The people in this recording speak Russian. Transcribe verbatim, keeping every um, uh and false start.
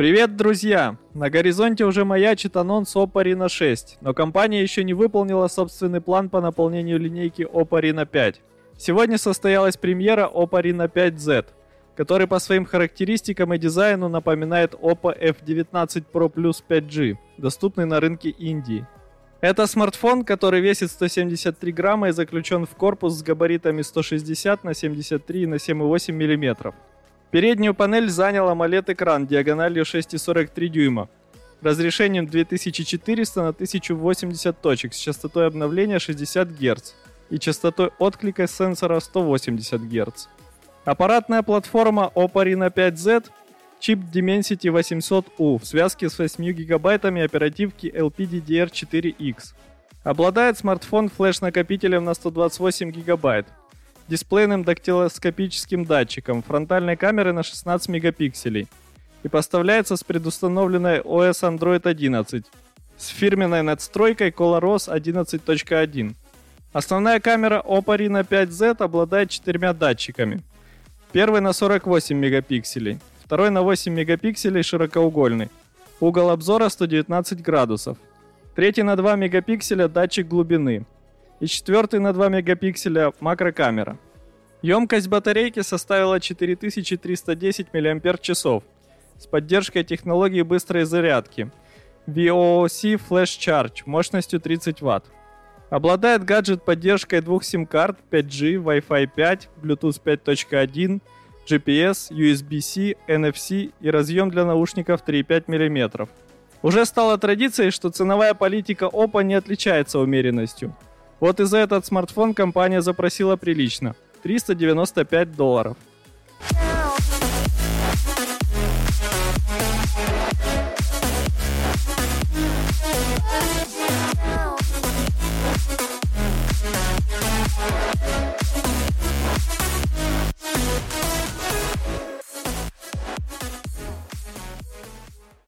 Привет, друзья! На горизонте уже маячит анонс Oppo Reno шесть, но компания еще не выполнила собственный план по наполнению линейки Oppo Reno пять. Сегодня состоялась премьера Oppo Reno пять зет, который по своим характеристикам и дизайну напоминает Oppo эф девятнадцать Pro Plus пять джи, доступный на рынке Индии. Это смартфон, который весит сто семьдесят три грамма и заключен в корпус с габаритами сто шестьдесят на семьдесят три на семь и восемь миллиметров. Переднюю панель занял AMOLED-экран диагональю шесть целых сорок три дюйма, разрешением две тысячи четыреста на тысячу восемьдесят точек с частотой обновления шестьдесят герц и частотой отклика сенсора сто восемьдесят герц. Аппаратная платформа Oppo Reno пять зет, чип Dimensity восемьсот ю в связке с восемью гигабайтами оперативки эл пи ди ди ар четыре икс. Обладает смартфон флеш-накопителем на сто двадцать восемь гигабайт, дисплейным дактилоскопическим датчиком, фронтальной камерой на шестнадцать мегапикселей и поставляется с предустановленной о эс Android одиннадцать с фирменной надстройкой ColorOS одиннадцать точка один. Основная камера Oppo Reno пять зет обладает четырьмя датчиками. Первый на сорок восемь мегапикселей, второй на восемь мегапикселей широкоугольный, угол обзора сто девятнадцать градусов, третий на два мегапикселя датчик глубины и четвертый на два мегапикселя макрокамера. Емкость батарейки составила четыре тысячи триста десять миллиампер-часов с поддержкой технологии быстрой зарядки ви о си Flash Charge мощностью тридцать ватт. Обладает гаджет поддержкой двух сим-карт пять джи, Wi-Fi пять, Bluetooth пять точка один, джи пи эс, ю эс би-C, эн эф си и разъем для наушников три и пять миллиметров. Уже стало традицией, что ценовая политика Oppo не отличается умеренностью. Вот и за этот смартфон компания запросила прилично – триста девяносто пять долларов.